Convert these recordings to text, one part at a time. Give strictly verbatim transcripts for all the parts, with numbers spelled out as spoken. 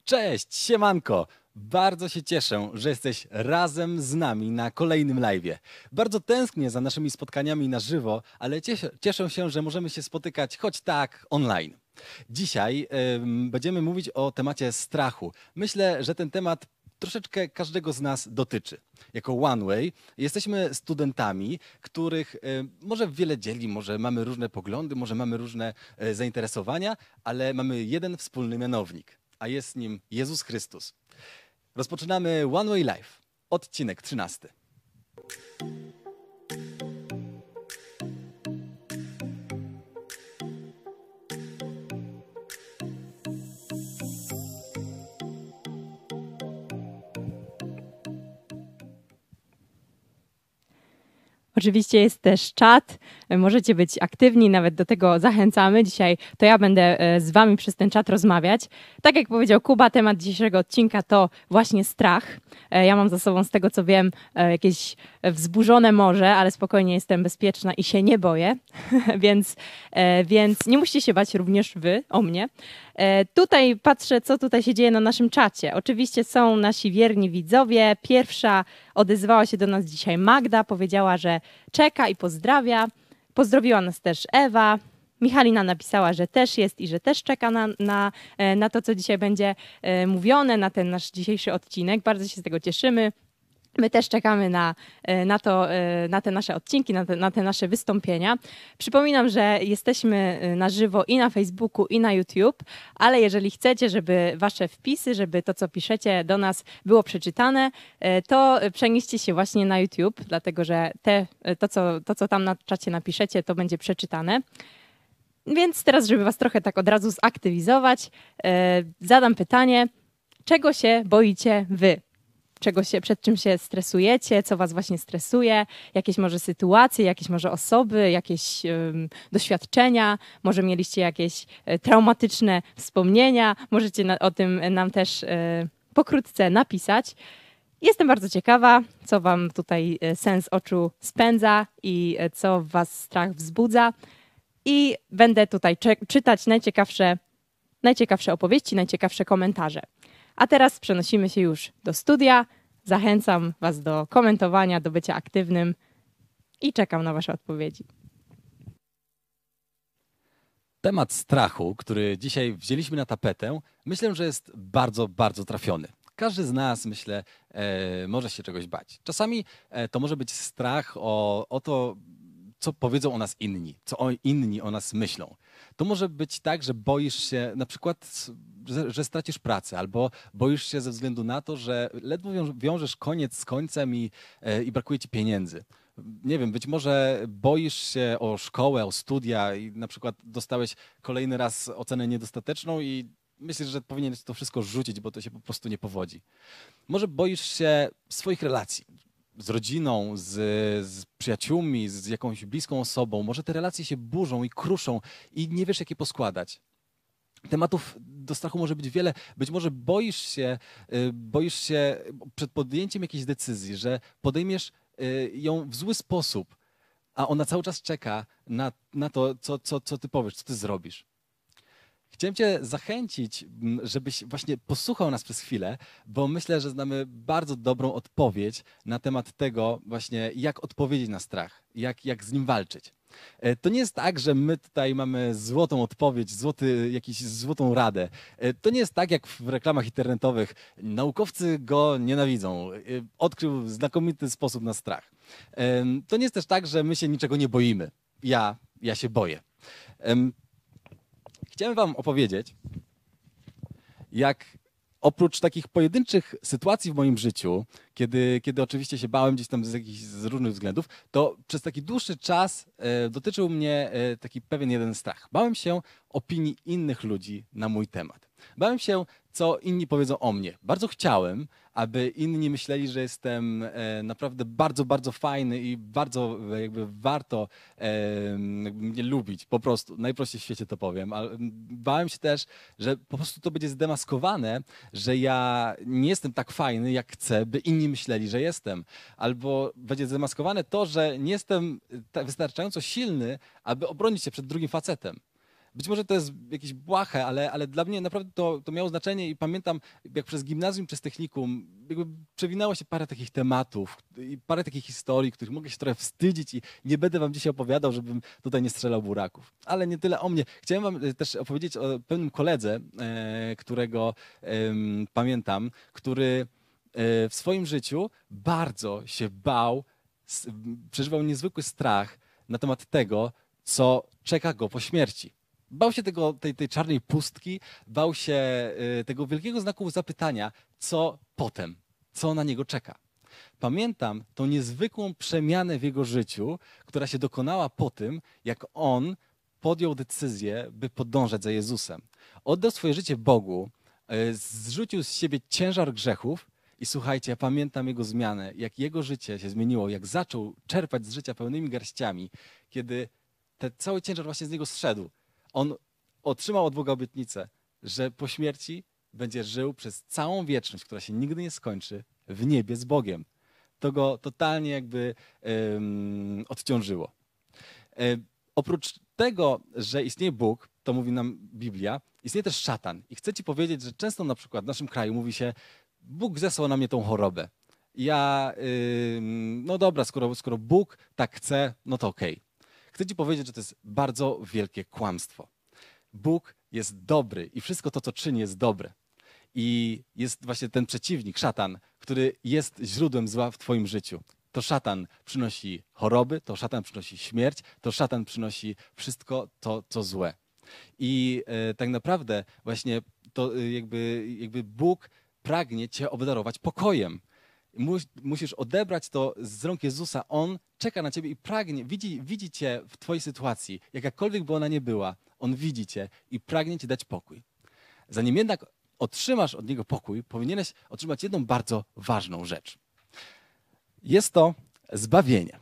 Cześć, siemanko! Bardzo się cieszę, że jesteś razem z nami na kolejnym live'ie. Bardzo tęsknię za naszymi spotkaniami na żywo, ale cieszę, cieszę się, że możemy się spotykać choć tak online. Dzisiaj ym, będziemy mówić o temacie strachu. Myślę, że ten temat troszeczkę każdego z nas dotyczy. Jako OneWay jesteśmy studentami, których y, może wiele dzieli, może mamy różne poglądy, może mamy różne y, zainteresowania, ale mamy jeden wspólny mianownik, a jest nim Jezus Chrystus. Rozpoczynamy OneWay Live, odcinek trzynasty. Oczywiście jest też czat, możecie być aktywni, nawet do tego zachęcamy. Dzisiaj to ja będę z wami przez ten czat rozmawiać. Tak jak powiedział Kuba, temat dzisiejszego odcinka to właśnie strach. Ja mam za sobą, z tego co wiem, jakieś wzburzone morze, ale spokojnie jestem bezpieczna i się nie boję, więc, więc nie musicie się bać również wy o mnie. Tutaj patrzę, co tutaj się dzieje na naszym czacie. Oczywiście są nasi wierni widzowie. Pierwsza odezwała się do nas dzisiaj Magda, powiedziała, że czeka i pozdrawia. Pozdrowiła nas też Ewa. Michalina napisała, że też jest i że też czeka na, na, na to, co dzisiaj będzie mówione, na ten nasz dzisiejszy odcinek. Bardzo się z tego cieszymy. My też czekamy na, na, to, na te nasze odcinki, na te, na te nasze wystąpienia. Przypominam, że jesteśmy na żywo i na Facebooku, i na YouTube, ale jeżeli chcecie, żeby wasze wpisy, żeby to, co piszecie do nas było przeczytane, to przenieście się właśnie na YouTube, dlatego że te, to, co, to, co tam na czacie napiszecie, to będzie przeczytane. Więc teraz, żeby was trochę tak od razu zaktywizować, zadam pytanie, czego się boicie wy? Czego się, przed czym się stresujecie, co was właśnie stresuje, jakieś może sytuacje, jakieś może osoby, jakieś um, doświadczenia, może mieliście jakieś e, traumatyczne wspomnienia, możecie na, o tym nam też e, pokrótce napisać. Jestem bardzo ciekawa, co wam tutaj e, sens oczu spędza i e, co w was strach wzbudza i będę tutaj cze- czytać najciekawsze, najciekawsze opowieści, najciekawsze komentarze. A teraz przenosimy się już do studia. Zachęcam was do komentowania, do bycia aktywnym i czekam na wasze odpowiedzi. Temat strachu, który dzisiaj wzięliśmy na tapetę, myślę, że jest bardzo, bardzo trafiony. Każdy z nas, myślę, e, może się czegoś bać. Czasami e, to może być strach o, o to, co powiedzą o nas inni, co o inni o nas myślą. To może być tak, że boisz się na przykład, że, że stracisz pracę, albo boisz się ze względu na to, że ledwo wiążesz koniec z końcem i, e, i brakuje ci pieniędzy. Nie wiem, być może boisz się o szkołę, o studia i na przykład dostałeś kolejny raz ocenę niedostateczną i myślisz, że powinieneś to wszystko rzucić, bo to się po prostu nie powodzi. Może boisz się swoich relacji z rodziną, z, z przyjaciółmi, z jakąś bliską osobą. Może te relacje się burzą i kruszą i nie wiesz, jak je poskładać. Tematów do strachu może być wiele. Być może boisz się, boisz się przed podjęciem jakiejś decyzji, że podejmiesz ją w zły sposób, a ona cały czas czeka na, na to, co, co, co ty powiesz, co ty zrobisz. Chciałem cię zachęcić, żebyś właśnie posłuchał nas przez chwilę, bo myślę, że znamy bardzo dobrą odpowiedź na temat tego właśnie, jak odpowiedzieć na strach, jak, jak z nim walczyć. To nie jest tak, że my tutaj mamy złotą odpowiedź, złoty, jakiś złotą radę. To nie jest tak, jak w reklamach internetowych. Naukowcy go nienawidzą. Odkrył znakomity sposób na strach. To nie jest też tak, że my się niczego nie boimy. Ja, ja się boję. Chciałem wam opowiedzieć, jak oprócz takich pojedynczych sytuacji w moim życiu, kiedy, kiedy oczywiście się bałem gdzieś tam z, jakichś, z różnych względów, to przez taki dłuższy czas e, dotyczył mnie e, taki pewien jeden strach. Bałem się opinii innych ludzi na mój temat. Bałem się, co inni powiedzą o mnie. Bardzo chciałem, aby inni myśleli, że jestem e, naprawdę bardzo, bardzo fajny i bardzo jakby warto e, mnie lubić, po prostu. Najprościej w świecie to powiem. Ale bałem się też, że po prostu to będzie zdemaskowane, że ja nie jestem tak fajny, jak chcę, by inni myśleli, że jestem. Albo będzie zdemaskowane to, że nie jestem wystarczająco silny, aby obronić się przed drugim facetem. Być może to jest jakieś błahe, ale, ale dla mnie naprawdę to, to miało znaczenie i pamiętam, jak przez gimnazjum, przez technikum jakby przewinęło się parę takich tematów i parę takich historii, których mogę się trochę wstydzić i nie będę wam dzisiaj opowiadał, żebym tutaj nie strzelał buraków. Ale nie tyle o mnie. Chciałem wam też opowiedzieć o pewnym koledze, e, którego e, pamiętam, który w swoim życiu bardzo się bał, przeżywał niezwykły strach na temat tego, co czeka go po śmierci. Bał się tego, tej, tej czarnej pustki, bał się tego wielkiego znaku zapytania, co potem, co na niego czeka. Pamiętam tą niezwykłą przemianę w jego życiu, która się dokonała po tym, jak on podjął decyzję, by podążać za Jezusem. Oddał swoje życie Bogu, zrzucił z siebie ciężar grzechów i słuchajcie, ja pamiętam jego zmianę, jak jego życie się zmieniło, jak zaczął czerpać z życia pełnymi garściami, kiedy ten cały ciężar właśnie z niego zszedł. On otrzymał od Boga obietnicę, że po śmierci będzie żył przez całą wieczność, która się nigdy nie skończy, w niebie z Bogiem. To go totalnie jakby um, odciążyło. E, oprócz tego, że istnieje Bóg, to mówi nam Biblia, istnieje też szatan. I chcę ci powiedzieć, że często na przykład w naszym kraju mówi się, Bóg zesłał na mnie tą chorobę. Ja, yy, no dobra, skoro, skoro Bóg tak chce, no to okej. Chcę ci powiedzieć, że to jest bardzo wielkie kłamstwo. Bóg jest dobry i wszystko to, co czyni, jest dobre. I jest właśnie ten przeciwnik, szatan, który jest źródłem zła w twoim życiu. To szatan przynosi choroby, to szatan przynosi śmierć, to szatan przynosi wszystko to, co złe. I yy, tak naprawdę właśnie to yy, jakby, jakby Bóg pragnie cię obdarować pokojem. Musisz odebrać to z rąk Jezusa. On czeka na ciebie i pragnie, widzi, widzi cię w twojej sytuacji, jakakolwiek by ona nie była. On widzi cię i pragnie ci dać pokój. Zanim jednak otrzymasz od Niego pokój, powinieneś otrzymać jedną bardzo ważną rzecz. Jest to zbawienie.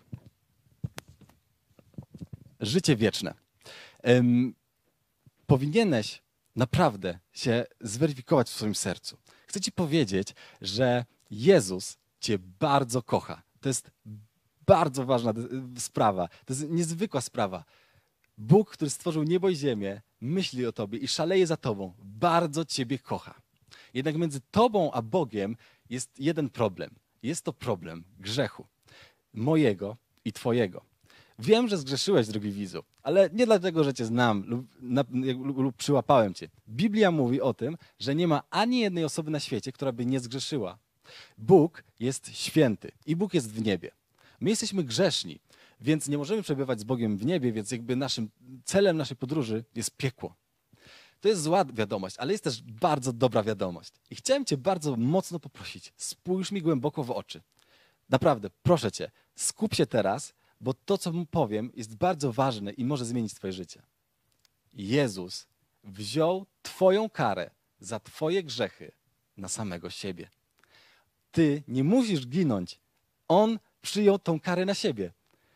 Życie wieczne. Um, powinieneś naprawdę się zweryfikować w swoim sercu. Chcę ci powiedzieć, że Jezus cię bardzo kocha. To jest bardzo ważna sprawa. To jest niezwykła sprawa. Bóg, który stworzył niebo i ziemię, myśli o tobie i szaleje za tobą. Bardzo ciebie kocha. Jednak między tobą a Bogiem jest jeden problem. Jest to problem grzechu. Mojego i twojego. Wiem, że zgrzeszyłeś, drogi widzu, ale nie dlatego, że cię znam lub, na, lub, lub przyłapałem cię. Biblia mówi o tym, że nie ma ani jednej osoby na świecie, która by nie zgrzeszyła. Bóg jest święty i Bóg jest w niebie. My jesteśmy grzeszni, więc nie możemy przebywać z Bogiem w niebie, więc jakby naszym celem naszej podróży jest piekło. To jest zła wiadomość, ale jest też bardzo dobra wiadomość. I chciałem cię bardzo mocno poprosić, spójrz mi głęboko w oczy. Naprawdę, proszę cię, skup się teraz, bo to, co mu powiem, jest bardzo ważne i może zmienić twoje życie. Jezus wziął twoją karę za twoje grzechy na samego siebie. Ty nie musisz ginąć. On przyjął tą karę na siebie.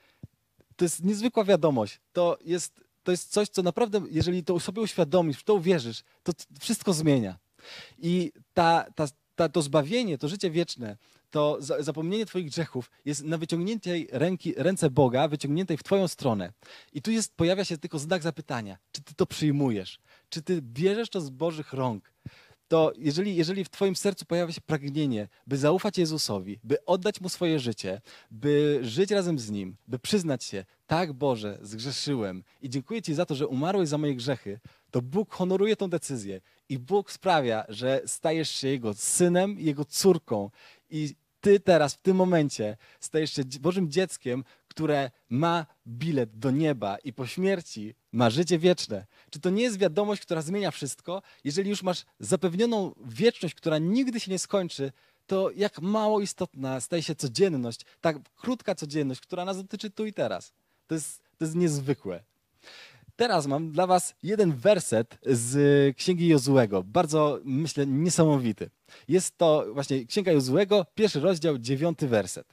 To jest niezwykła wiadomość. To jest, to jest coś, co naprawdę, jeżeli to sobie uświadomisz, w to uwierzysz, to wszystko zmienia. I ta, ta, ta, to zbawienie, to życie wieczne, to zapomnienie twoich grzechów jest na wyciągniętej ręki, ręce Boga, wyciągniętej w twoją stronę. I tu jest, pojawia się tylko znak zapytania, czy ty to przyjmujesz, czy ty bierzesz to z Bożych rąk. To jeżeli, jeżeli w twoim sercu pojawia się pragnienie, by zaufać Jezusowi, by oddać Mu swoje życie, by żyć razem z Nim, by przyznać się, tak Boże, zgrzeszyłem i dziękuję Ci za to, że umarłeś za moje grzechy, to Bóg honoruje tą decyzję i Bóg sprawia, że stajesz się Jego synem, Jego córką i Ty teraz, w tym momencie stajesz się Bożym dzieckiem, które ma bilet do nieba i po śmierci ma życie wieczne. Czy to nie jest wiadomość, która zmienia wszystko? Jeżeli już masz zapewnioną wieczność, która nigdy się nie skończy, to jak mało istotna staje się codzienność, tak krótka codzienność, która nas dotyczy tu i teraz. To jest, to jest niezwykłe. Teraz mam dla was jeden werset z Księgi Jozuego, bardzo, myślę, niesamowity. Jest to właśnie Księga Jozuego, pierwszy rozdział, dziewiąty werset.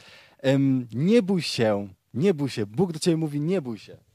Um, nie bój się, nie bój się, Bóg do ciebie mówi, nie bój się.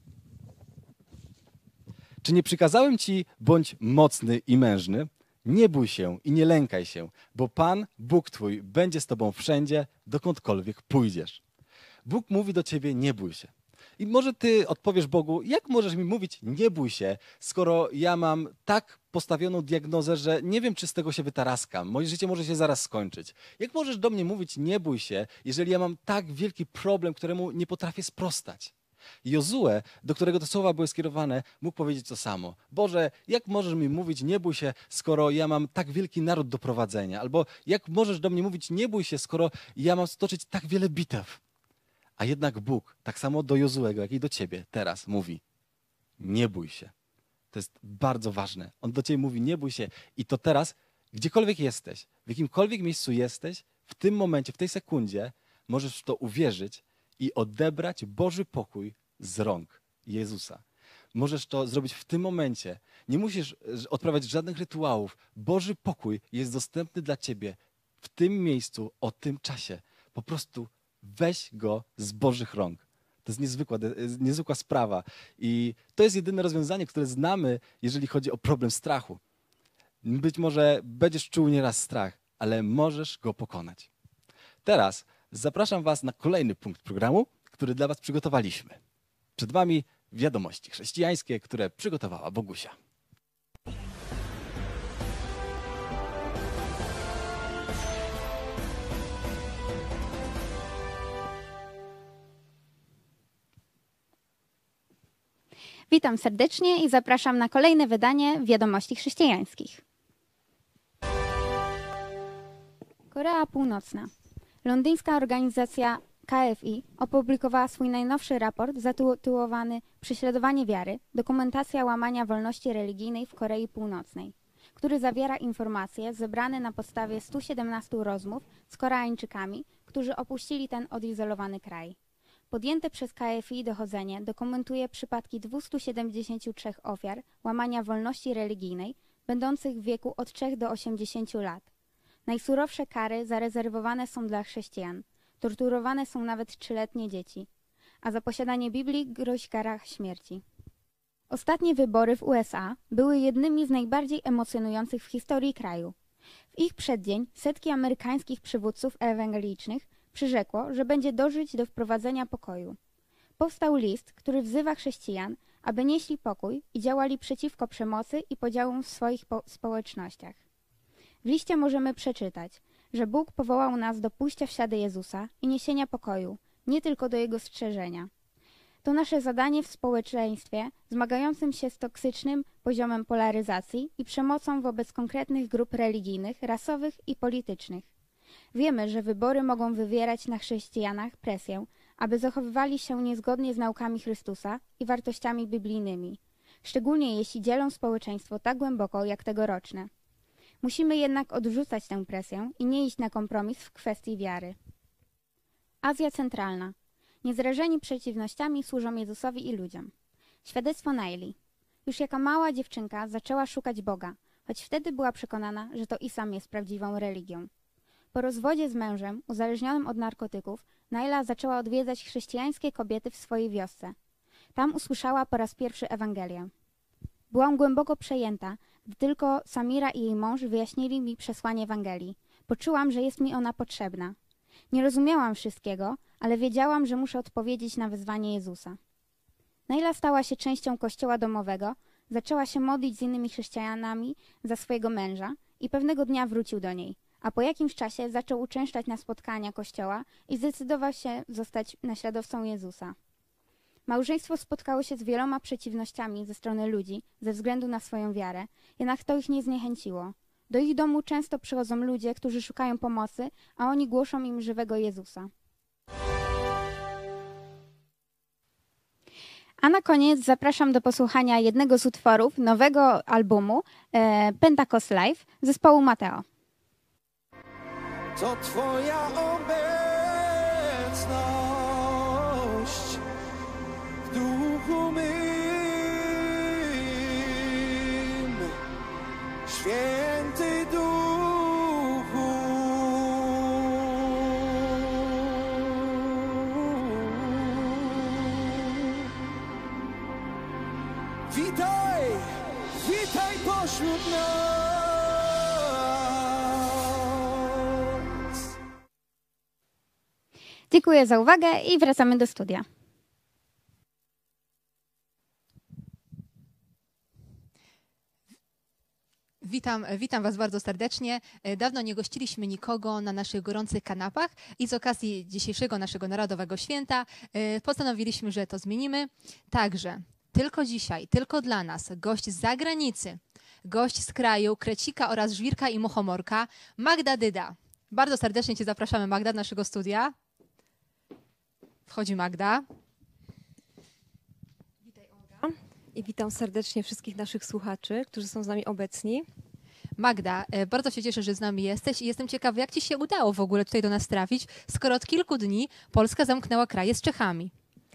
Czy nie przykazałem ci, bądź mocny i mężny? Nie bój się i nie lękaj się, bo Pan, Bóg twój, będzie z tobą wszędzie, dokądkolwiek pójdziesz. Bóg mówi do ciebie, nie bój się. I może ty odpowiesz Bogu, jak możesz mi mówić, nie bój się, skoro ja mam tak postawioną diagnozę, że nie wiem, czy z tego się wytaraskam. Moje życie może się zaraz skończyć. Jak możesz do mnie mówić, nie bój się, jeżeli ja mam tak wielki problem, któremu nie potrafię sprostać? Jozue, do którego te słowa były skierowane, mógł powiedzieć to samo. Boże, jak możesz mi mówić, nie bój się, skoro ja mam tak wielki naród do prowadzenia? Albo jak możesz do mnie mówić, nie bój się, skoro ja mam stoczyć tak wiele bitew? A jednak Bóg, tak samo do Jozuego, jak i do ciebie teraz mówi, nie bój się. To jest bardzo ważne. On do ciebie mówi, nie bój się. I to teraz, gdziekolwiek jesteś, w jakimkolwiek miejscu jesteś, w tym momencie, w tej sekundzie, możesz w to uwierzyć i odebrać Boży pokój z rąk Jezusa. Możesz to zrobić w tym momencie. Nie musisz odprawiać żadnych rytuałów. Boży pokój jest dostępny dla ciebie w tym miejscu, o tym czasie. Po prostu weź go z Bożych rąk. To jest niezwykła, niezwykła sprawa. I to jest jedyne rozwiązanie, które znamy, jeżeli chodzi o problem strachu. Być może będziesz czuł nieraz strach, ale możesz go pokonać. Teraz zapraszam was na kolejny punkt programu, który dla was przygotowaliśmy. Przed wami wiadomości chrześcijańskie, które przygotowała Bogusia. Witam serdecznie i zapraszam na kolejne wydanie Wiadomości Chrześcijańskich. Korea Północna. Londyńska organizacja K F I opublikowała swój najnowszy raport zatytułowany Prześladowanie wiary – dokumentacja łamania wolności religijnej w Korei Północnej, który zawiera informacje zebrane na podstawie stu siedemnastu rozmów z Koreańczykami, którzy opuścili ten odizolowany kraj. Podjęte przez K F I dochodzenie dokumentuje przypadki dwustu siedemdziesięciu trzech ofiar łamania wolności religijnej, będących w wieku od trzech do osiemdziesięciu lat. Najsurowsze kary zarezerwowane są dla chrześcijan. Torturowane są nawet trzyletnie dzieci, a za posiadanie Biblii grozi kara śmierci. Ostatnie wybory w U S A były jednymi z najbardziej emocjonujących w historii kraju. W ich przeddzień setki amerykańskich przywódców ewangelicznych przyrzekło, że będzie dążyć do wprowadzenia pokoju. Powstał list, który wzywa chrześcijan, aby nieśli pokój i działali przeciwko przemocy i podziałom w swoich po- społecznościach. W liście możemy przeczytać, że Bóg powołał nas do pójścia w ślady Jezusa i niesienia pokoju, nie tylko do Jego strzeżenia. To nasze zadanie w społeczeństwie zmagającym się z toksycznym poziomem polaryzacji i przemocą wobec konkretnych grup religijnych, rasowych i politycznych. Wiemy, że wybory mogą wywierać na chrześcijanach presję, aby zachowywali się niezgodnie z naukami Chrystusa i wartościami biblijnymi, szczególnie jeśli dzielą społeczeństwo tak głęboko jak tegoroczne. Musimy jednak odrzucać tę presję i nie iść na kompromis w kwestii wiary. Azja Centralna. Niezrażeni przeciwnościami służą Jezusowi i ludziom. Świadectwo Naili. Już jako mała dziewczynka zaczęła szukać Boga, choć wtedy była przekonana, że to islam jest prawdziwą religią. Po rozwodzie z mężem, uzależnionym od narkotyków, Naila zaczęła odwiedzać chrześcijańskie kobiety w swojej wiosce. Tam usłyszała po raz pierwszy Ewangelię. Byłam głęboko przejęta, gdy tylko Samira i jej mąż wyjaśnili mi przesłanie Ewangelii. Poczułam, że jest mi ona potrzebna. Nie rozumiałam wszystkiego, ale wiedziałam, że muszę odpowiedzieć na wezwanie Jezusa. Naila stała się częścią kościoła domowego, zaczęła się modlić z innymi chrześcijanami za swojego męża i pewnego dnia wrócił do niej, a po jakimś czasie zaczął uczęszczać na spotkania kościoła i zdecydował się zostać naśladowcą Jezusa. Małżeństwo spotkało się z wieloma przeciwnościami ze strony ludzi ze względu na swoją wiarę, jednak to ich nie zniechęciło. Do ich domu często przychodzą ludzie, którzy szukają pomocy, a oni głoszą im żywego Jezusa. A na koniec zapraszam do posłuchania jednego z utworów nowego albumu e, Pentecost Live zespołu Mateo. To Twoja obecność w duchu mym, Święty Duchu. Witaj, witaj pośród nas. Dziękuję za uwagę i wracamy do studia. Witam, witam Was bardzo serdecznie. Dawno nie gościliśmy nikogo na naszych gorących kanapach i z okazji dzisiejszego naszego Narodowego Święta postanowiliśmy, że to zmienimy. Także tylko dzisiaj, tylko dla nas, gość z zagranicy, gość z kraju Krecika oraz Żwirka i Muchomorka, Magda Dyda. Bardzo serdecznie Cię zapraszamy, Magda, do naszego studia. Wchodzi Magda. I witam serdecznie wszystkich naszych słuchaczy, którzy są z nami obecni. Magda, bardzo się cieszę, że z nami jesteś i jestem ciekawa, jak Ci się udało w ogóle tutaj do nas trafić, skoro od kilku dni Polska zamknęła kraje z Czechami.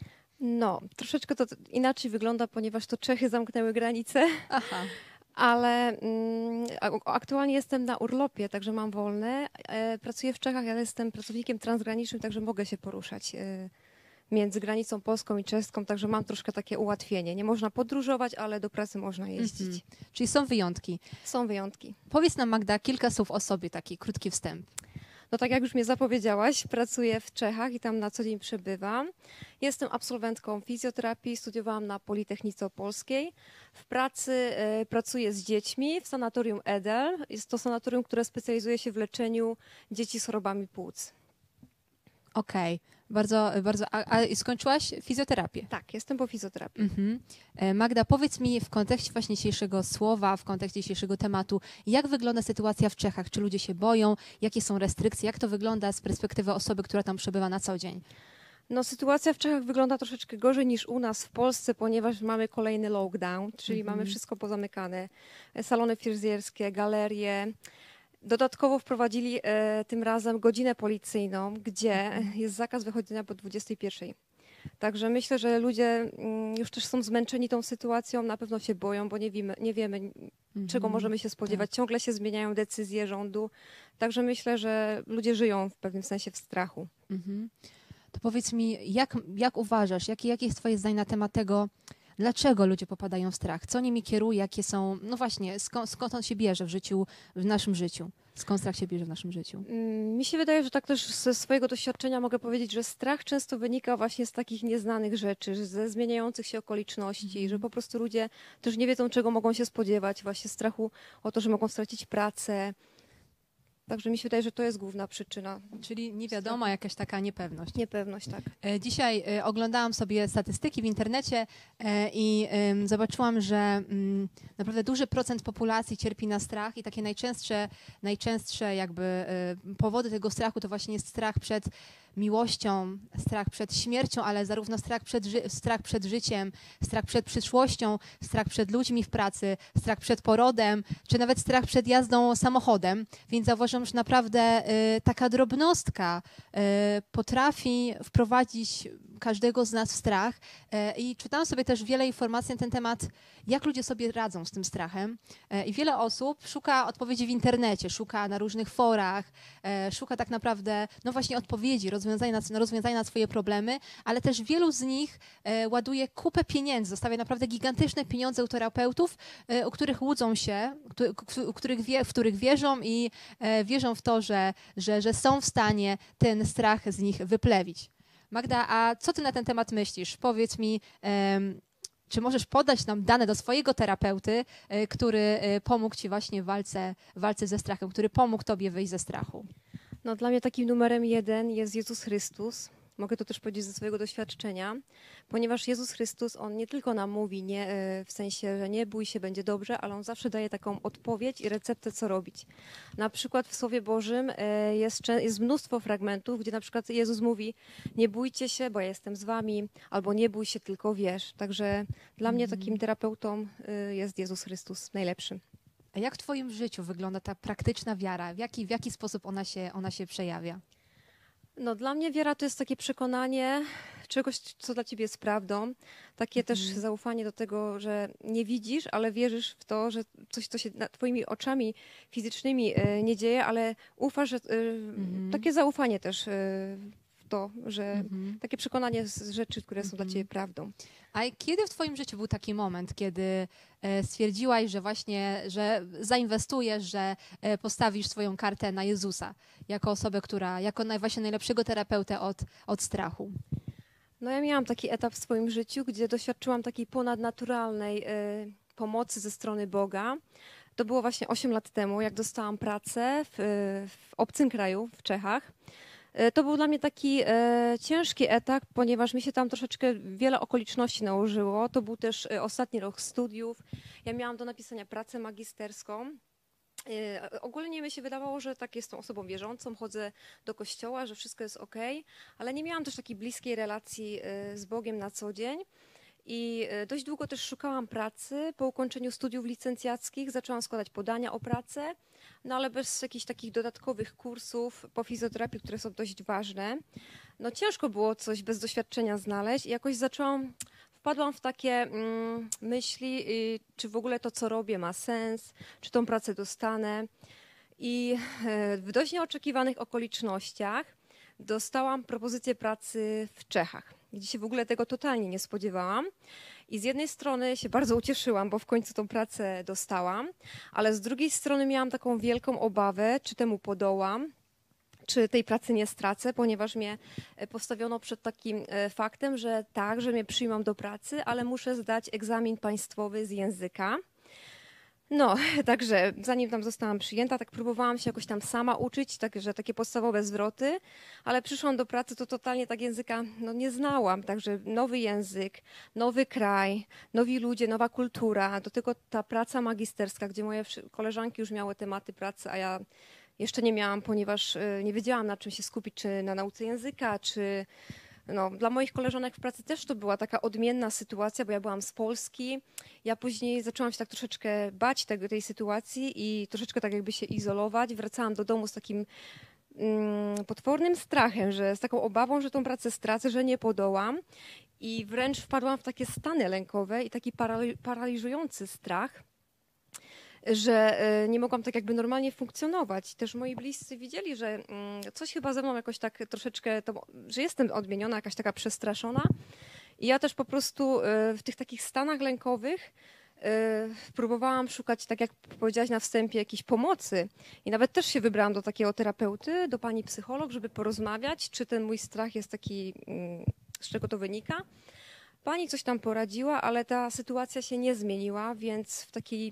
No, troszeczkę to inaczej wygląda, ponieważ to Czechy zamknęły granice, Aha. ale mm, aktualnie jestem na urlopie, także mam wolne. E, pracuję w Czechach, ale jestem pracownikiem transgranicznym, także mogę się poruszać e, między granicą polską i czeską, także mam troszkę takie ułatwienie. Nie można podróżować, ale do pracy można jeździć. Mhm. Czyli są wyjątki. Są wyjątki. Powiedz nam, Magda, kilka słów o sobie, taki krótki wstęp. No tak jak już mnie zapowiedziałaś, pracuję w Czechach i tam na co dzień przebywam. Jestem absolwentką fizjoterapii, studiowałam na Politechnice Opolskiej. W pracy e, pracuję z dziećmi w sanatorium Edel. Jest to sanatorium, które specjalizuje się w leczeniu dzieci z chorobami płuc. Okej, okay. bardzo, bardzo. A, a skończyłaś fizjoterapię? Tak, jestem po fizjoterapii. Mhm. Magda, powiedz mi w kontekście właśnie dzisiejszego słowa, w kontekście dzisiejszego tematu, jak wygląda sytuacja w Czechach? Czy ludzie się boją? Jakie są restrykcje? Jak to wygląda z perspektywy osoby, która tam przebywa na co dzień? No, sytuacja w Czechach wygląda troszeczkę gorzej niż u nas w Polsce, ponieważ mamy kolejny lockdown, czyli Mhm. mamy wszystko pozamykane. Salony fryzjerskie, galerie. Dodatkowo wprowadzili e, tym razem godzinę policyjną, gdzie jest zakaz wychodzenia po dwudziestej pierwszej. Także myślę, że ludzie mm, już też są zmęczeni tą sytuacją, na pewno się boją, bo nie wiemy, nie wiemy Mhm. czego możemy się spodziewać. Ciągle się zmieniają decyzje rządu. Także myślę, że ludzie żyją w pewnym sensie w strachu. Mhm. To powiedz mi, jak, jak uważasz, jakie, jakie jest Twoje zdanie na temat tego, dlaczego ludzie popadają w strach? Co nimi kieruje? Jakie są, no właśnie, skąd, skąd on się bierze w życiu, w naszym życiu? Skąd strach się bierze w naszym życiu? Mi się wydaje, że tak też ze swojego doświadczenia mogę powiedzieć, że strach często wynika właśnie z takich nieznanych rzeczy, ze zmieniających się okoliczności, Mhm. że po prostu ludzie też nie wiedzą, czego mogą się spodziewać, właśnie strachu o to, że mogą stracić pracę. Także mi się wydaje, że to jest główna przyczyna. Czyli nie wiadomo, jakaś taka niepewność. Niepewność, tak. E, Dzisiaj e, oglądałam sobie statystyki w internecie e, i em, zobaczyłam, że mm, naprawdę duży procent populacji cierpi na strach i takie najczęstsze, najczęstsze jakby e, powody tego strachu to właśnie jest strach przed miłością, strach przed śmiercią, ale zarówno strach przed, ży strach przed życiem, strach przed przyszłością, strach przed ludźmi w pracy, strach przed porodem, czy nawet strach przed jazdą samochodem. Więc zauważam, że naprawdę y, taka drobnostka y, potrafi wprowadzić każdego z nas w strach. Y, I czytałam sobie też wiele informacji na ten temat, jak ludzie sobie radzą z tym strachem. Y, I wiele osób szuka odpowiedzi w internecie, szuka na różnych forach, y, szuka tak naprawdę, no właśnie odpowiedzi, rozwiązania na, rozwiązania na swoje problemy, ale też wielu z nich e, ładuje kupę pieniędzy, zostawia naprawdę gigantyczne pieniądze u terapeutów, e, u których łudzą się, u których wie, w których wierzą i e, wierzą w to, że, że, że są w stanie ten strach z nich wyplewić. Magda, a co ty na ten temat myślisz? Powiedz mi, em, czy możesz podać nam dane do swojego terapeuty, e, który e, pomógł ci właśnie w walce, w walce ze strachem, który pomógł tobie wyjść ze strachu? No, dla mnie takim numerem jeden jest Jezus Chrystus. Mogę to też powiedzieć ze swojego doświadczenia, ponieważ Jezus Chrystus, On nie tylko nam mówi, nie, w sensie, że nie bój się, będzie dobrze, ale On zawsze daje taką odpowiedź i receptę, co robić. Na przykład w Słowie Bożym jest, jest mnóstwo fragmentów, gdzie na przykład Jezus mówi, nie bójcie się, bo ja jestem z wami, albo nie bój się, tylko wierz. Także dla mnie takim terapeutą jest Jezus Chrystus najlepszym. A jak w twoim życiu wygląda ta praktyczna wiara? W jaki, w jaki sposób ona się, ona się przejawia? No, dla mnie wiara to jest takie przekonanie czegoś, co dla ciebie jest prawdą. Takie też zaufanie do tego, że nie widzisz, ale wierzysz w to, że coś, co się nad twoimi oczami fizycznymi e, nie dzieje, ale ufasz, że, e, Mhm. takie zaufanie też e, w to, że Mhm. takie przekonanie z rzeczy, które są dla Mhm. ciebie prawdą. A kiedy w twoim życiu był taki moment, kiedy e, stwierdziłaś, że właśnie, że zainwestujesz, że e, postawisz swoją kartę na Jezusa jako osobę, która, jako naj, właśnie najlepszego terapeutę od, od strachu? No, ja miałam taki etap w swoim życiu, gdzie doświadczyłam takiej ponadnaturalnej e, pomocy ze strony Boga. To było właśnie osiem lat temu, jak dostałam pracę w, w obcym kraju, w Czechach. To był dla mnie taki e, ciężki etap, ponieważ mi się tam troszeczkę wiele okoliczności nałożyło. To był też e, ostatni rok studiów. Ja miałam do napisania pracę magisterską. E, ogólnie mi się wydawało, że tak jestem osobą wierzącą, chodzę do kościoła, że wszystko jest okej, ale nie miałam też takiej bliskiej relacji e, z Bogiem na co dzień. I dość długo też szukałam pracy. Po ukończeniu studiów licencjackich zaczęłam składać podania o pracę, no ale bez jakichś takich dodatkowych kursów po fizjoterapii, które są dość ważne. No ciężko było coś bez doświadczenia znaleźć i jakoś zaczęłam, wpadłam w takie mm, myśli, y, czy w ogóle to, co robię, ma sens, czy tą pracę dostanę. I y, w dość nieoczekiwanych okolicznościach dostałam propozycję pracy w Czechach, gdzie się w ogóle tego totalnie nie spodziewałam. I z jednej strony się bardzo ucieszyłam, bo w końcu tą pracę dostałam, ale z drugiej strony miałam taką wielką obawę, czy temu podołam, czy tej pracy nie stracę, ponieważ mnie postawiono przed takim faktem, że tak, że mnie przyjmą do pracy, ale muszę zdać egzamin państwowy z języka. No, także zanim tam zostałam przyjęta, tak próbowałam się jakoś tam sama uczyć, także takie podstawowe zwroty, ale przyszłam do pracy, to totalnie tak języka no, nie znałam, także nowy język, nowy kraj, nowi ludzie, nowa kultura, do tego ta praca magisterska, gdzie moje koleżanki już miały tematy pracy, a ja jeszcze nie miałam, ponieważ nie wiedziałam, na czym się skupić, czy na nauce języka, czy... No, dla moich koleżanek w pracy też to była taka odmienna sytuacja, bo ja byłam z Polski. Ja później zaczęłam się tak troszeczkę bać tego, tej sytuacji i troszeczkę tak jakby się izolować. Wracałam do domu z takim mm, potwornym strachem, że z taką obawą, że tą pracę stracę, że nie podołam. I wręcz wpadłam w takie stany lękowe i taki parali- paraliżujący strach, że nie mogłam tak jakby normalnie funkcjonować. Też moi bliscy widzieli, że coś chyba ze mną jakoś tak troszeczkę, to, że jestem odmieniona, jakaś taka przestraszona. I ja też po prostu w tych takich stanach lękowych próbowałam szukać, tak jak powiedziałaś na wstępie, jakiejś pomocy. I nawet też się wybrałam do takiego terapeuty, do pani psycholog, żeby porozmawiać, czy ten mój strach jest taki, z czego to wynika. Pani coś tam poradziła, ale ta sytuacja się nie zmieniła, więc w takiej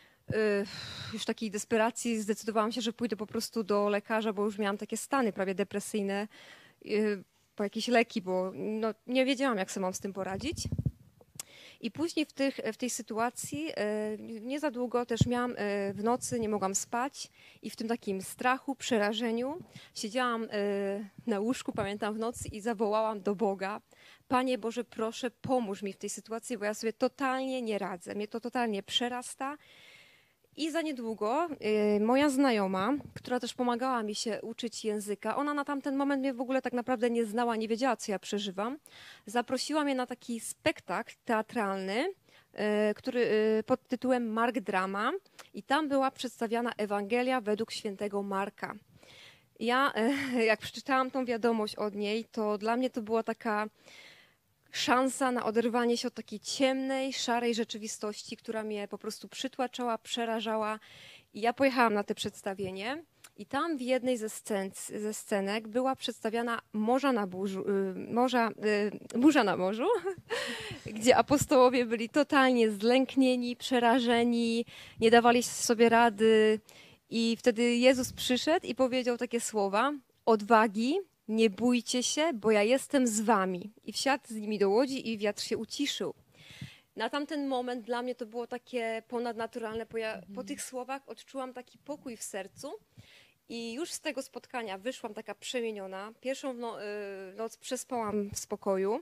już takiej desperacji zdecydowałam się, że pójdę po prostu do lekarza, bo już miałam takie stany prawie depresyjne, po jakieś leki, bo no, nie wiedziałam, jak sobie mam z tym poradzić. I później w, tych, w tej sytuacji nie za długo też miałam w nocy, nie mogłam spać i w tym takim strachu, przerażeniu siedziałam na łóżku, pamiętam, w nocy i zawołałam do Boga: Panie Boże, proszę, pomóż mi w tej sytuacji, bo ja sobie totalnie nie radzę, mnie to totalnie przerasta. I za niedługo y, moja znajoma, która też pomagała mi się uczyć języka, ona na tamten moment mnie w ogóle tak naprawdę nie znała, nie wiedziała, co ja przeżywam, zaprosiła mnie na taki spektakl teatralny, y, który y, pod tytułem Mark Drama, i tam była przedstawiana Ewangelia według świętego Marka. Ja, y, jak przeczytałam tą wiadomość od niej, to dla mnie to była taka szansa na oderwanie się od takiej ciemnej, szarej rzeczywistości, która mnie po prostu przytłaczała, przerażała. I ja pojechałam na to przedstawienie i tam w jednej ze, scen, ze scenek była przedstawiana morza na burzu, morza, burza na morzu, gdzie apostołowie byli totalnie zlęknieni, przerażeni, nie dawali sobie rady. I wtedy Jezus przyszedł i powiedział takie słowa: odwagi, nie bójcie się, bo ja jestem z wami. I wsiadł z nimi do łodzi i wiatr się uciszył. Na tamten moment dla mnie to było takie ponadnaturalne. Po, ja, po tych słowach odczułam taki pokój w sercu i już z tego spotkania wyszłam taka przemieniona. Pierwszą no, noc przespałam w spokoju.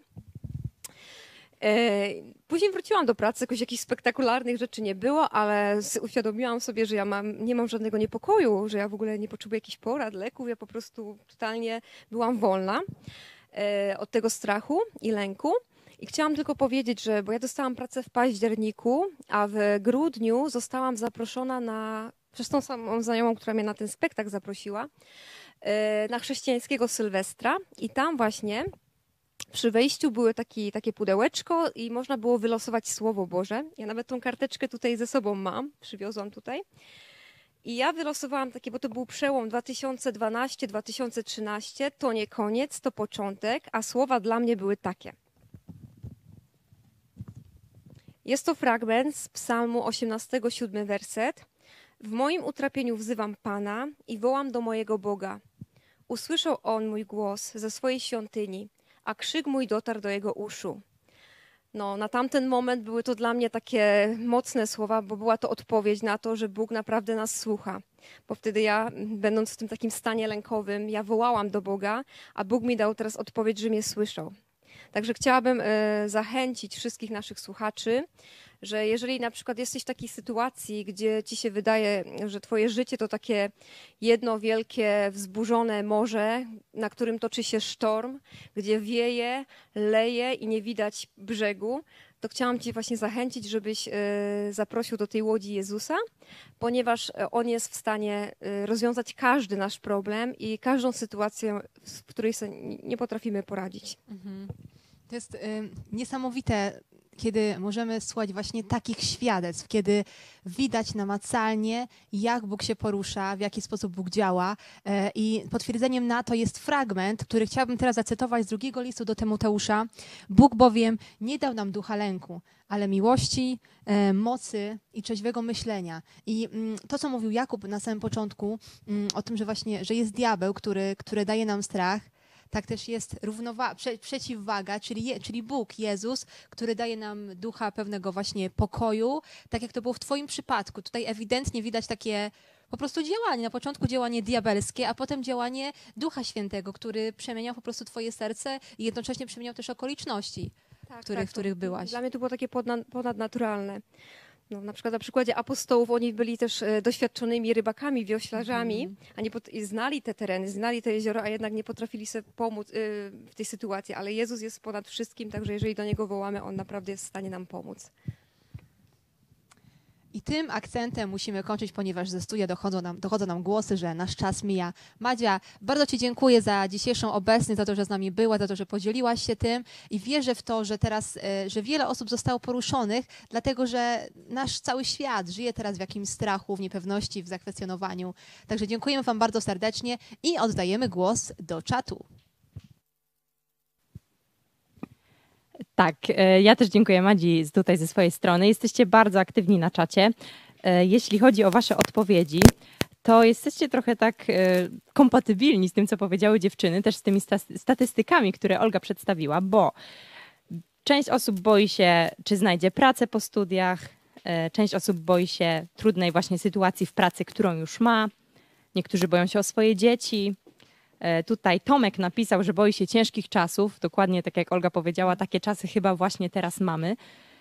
Później wróciłam do pracy, jakoś jakichś spektakularnych rzeczy nie było, ale uświadomiłam sobie, że ja mam, nie mam żadnego niepokoju, że ja w ogóle nie potrzebuję jakichś porad, leków, ja po prostu totalnie byłam wolna od tego strachu i lęku. I chciałam tylko powiedzieć, że, bo ja dostałam pracę w październiku, a w grudniu zostałam zaproszona na, przez tą samą znajomą, która mnie na ten spektakl zaprosiła, na chrześcijańskiego Sylwestra, i tam właśnie przy wejściu były taki, takie pudełeczko i można było wylosować Słowo Boże. Ja nawet tą karteczkę tutaj ze sobą mam, przywiozłam tutaj. I ja wylosowałam takie, bo to był przełom dwa tysiące dwunasty dwa tysiące trzynasty, to nie koniec, to początek, a słowa dla mnie były takie. Jest to fragment z Psalmu osiemnastego, siódmy werset. W moim utrapieniu wzywam Pana i wołam do mojego Boga. Usłyszał On mój głos ze swojej świątyni, a krzyk mój dotarł do Jego uszu. No, na tamten moment były to dla mnie takie mocne słowa, bo była to odpowiedź na to, że Bóg naprawdę nas słucha. Bo wtedy ja, będąc w tym takim stanie lękowym, ja wołałam do Boga, a Bóg mi dał teraz odpowiedź, że mnie słyszał. Także chciałabym e, zachęcić wszystkich naszych słuchaczy, że jeżeli na przykład jesteś w takiej sytuacji, gdzie ci się wydaje, że twoje życie to takie jedno wielkie, wzburzone morze, na którym toczy się sztorm, gdzie wieje, leje i nie widać brzegu, to chciałam cię właśnie zachęcić, żebyś e, zaprosił do tej łodzi Jezusa, ponieważ On jest w stanie e, rozwiązać każdy nasz problem i każdą sytuację, w której sobie nie potrafimy poradzić. Mhm. To jest y, niesamowite, kiedy możemy słuchać właśnie takich świadectw, kiedy widać namacalnie, jak Bóg się porusza, w jaki sposób Bóg działa. E, I potwierdzeniem na to jest fragment, który chciałabym teraz zacytować z drugiego listu do Tymoteusza. Bóg bowiem nie dał nam ducha lęku, ale miłości, e, mocy i trzeźwego myślenia. I mm, to, co mówił Jakub na samym początku, mm, o tym, że właśnie, że jest diabeł, który, który daje nam strach, tak też jest równowa- prze- przeciwwaga, czyli, je, czyli Bóg, Jezus, który daje nam ducha pewnego właśnie pokoju, tak jak to było w twoim przypadku. Tutaj ewidentnie widać takie po prostu działanie. Na początku działanie diabelskie, a potem działanie Ducha Świętego, który przemieniał po prostu twoje serce i jednocześnie przemieniał też okoliczności, Tak, w których, tak, w których byłaś. Dla mnie to było takie ponad, ponadnaturalne. No, na przykład na przykładzie apostołów, oni byli też e, doświadczonymi rybakami, wioślarzami, Mhm. a nie pot- i znali te tereny, znali te jeziora, a jednak nie potrafili sobie pomóc e, w tej sytuacji. Ale Jezus jest ponad wszystkim, także jeżeli do Niego wołamy, On naprawdę jest w stanie nam pomóc. I tym akcentem musimy kończyć, ponieważ ze studia dochodzą nam, dochodzą nam głosy, że nasz czas mija. Madzia, bardzo ci dziękuję za dzisiejszą obecność, za to, że z nami była, za to, że podzieliłaś się tym i wierzę w to, że teraz, e, że wiele osób zostało poruszonych, dlatego że nasz cały świat żyje teraz w jakimś strachu, w niepewności, w zakwestionowaniu. Także dziękujemy wam bardzo serdecznie i oddajemy głos do czatu. Tak, e, ja też dziękuję Madzi z- tutaj ze swojej strony. Jesteście bardzo aktywni na czacie. E, Jeśli chodzi o wasze odpowiedzi, to jesteście trochę tak e, kompatybilni z tym, co powiedziały dziewczyny, też z tymi sta- statystykami, które Olga przedstawiła, bo część osób boi się, czy znajdzie pracę po studiach, e, część osób boi się trudnej właśnie sytuacji w pracy, którą już ma, niektórzy boją się o swoje dzieci. E, Tutaj Tomek napisał, że boi się ciężkich czasów. Dokładnie tak jak Olga powiedziała, takie czasy chyba właśnie teraz mamy.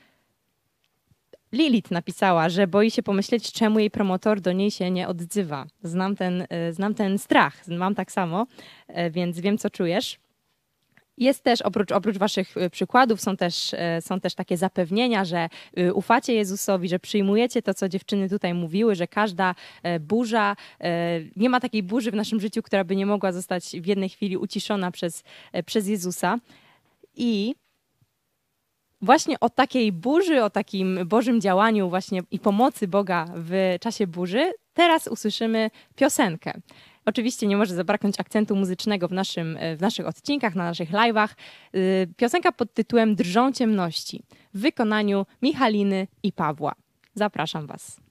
Lilith napisała, że boi się pomyśleć, czemu jej promotor do niej się nie odzywa. Znam ten, e, znam ten strach, mam tak samo, e, więc wiem, co czujesz. Jest też, oprócz, oprócz waszych e, przykładów, są też, e, są też takie zapewnienia, że e, ufacie Jezusowi, że przyjmujecie to, co dziewczyny tutaj mówiły, że każda e, burza, e, nie ma takiej burzy w naszym życiu, która by nie mogła zostać w jednej chwili uciszona przez, e, przez Jezusa. I właśnie o takiej burzy, o takim Bożym działaniu właśnie i pomocy Boga w czasie burzy teraz usłyszymy piosenkę. Oczywiście nie może zabraknąć akcentu muzycznego w, naszym, w naszych odcinkach, na naszych live'ach. Yy, Piosenka pod tytułem Drżą ciemności w wykonaniu Michaliny i Pawła. Zapraszam was.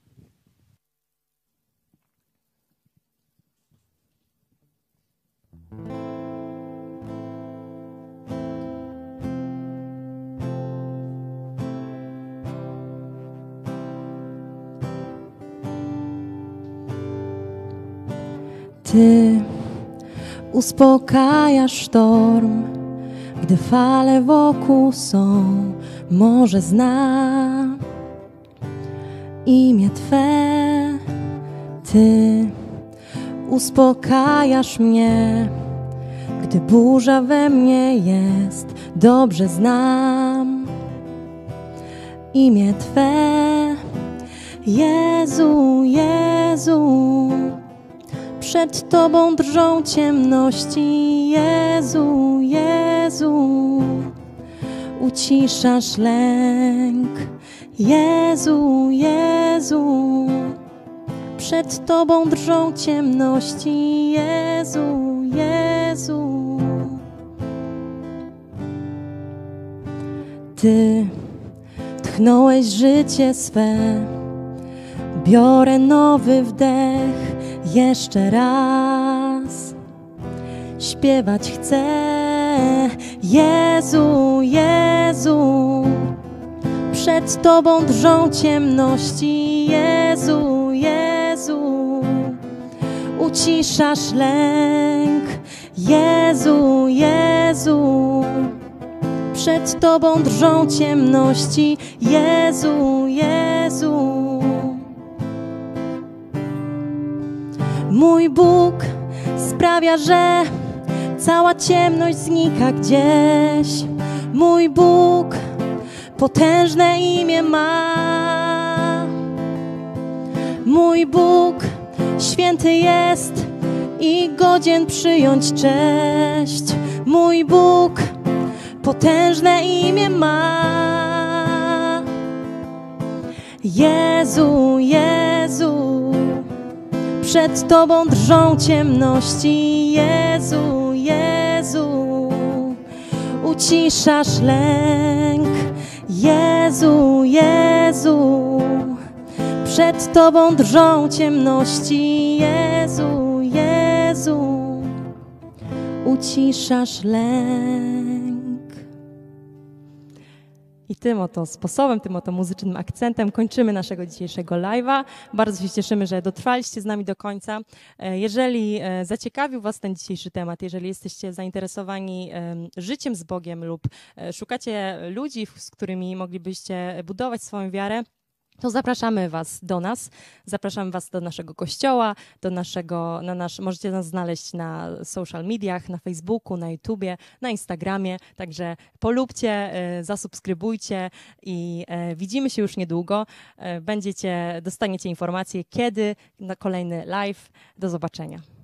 Ty uspokajasz sztorm, gdy fale wokół są. Morze zna imię Twe. Ty uspokajasz mnie, gdy burza we mnie jest. Dobrze znam imię Twe. Jezu, Jezu, przed Tobą drżą ciemności. Jezu, Jezu, uciszasz lęk. Jezu, Jezu, przed Tobą drżą ciemności. Jezu, Jezu. Ty tchnąłeś życie swe, Biorę nowy wdech jeszcze raz. Śpiewać chcę, Jezu, Jezu. Przed Tobą drżą ciemności, Jezu, Jezu. Uciszasz lęk, Jezu, Jezu. Przed Tobą drżą ciemności, Jezu, Jezu. Mój Bóg sprawia, że cała ciemność znika gdzieś. Mój Bóg potężne imię ma. Mój Bóg święty jest i godzien przyjąć cześć. Mój Bóg potężne imię ma. Jezu, Jezu. Przed Tobą drżą ciemności, Jezu, Jezu. Uciszasz lęk, Jezu, Jezu. Przed Tobą drżą ciemności, Jezu, Jezu. Uciszasz lęk. I tym oto sposobem, tym oto muzycznym akcentem kończymy naszego dzisiejszego live'a. Bardzo się cieszymy, że dotrwaliście z nami do końca. Jeżeli zaciekawił Was ten dzisiejszy temat, jeżeli jesteście zainteresowani życiem z Bogiem lub szukacie ludzi, z którymi moglibyście budować swoją wiarę, to zapraszamy Was do nas, zapraszamy Was do naszego kościoła, do naszego, na nasz, możecie nas znaleźć na social mediach, na Facebooku, na YouTubie, na Instagramie, także polubcie, zasubskrybujcie i widzimy się już niedługo. Będziecie, dostaniecie informacje, kiedy na kolejny live. Do zobaczenia.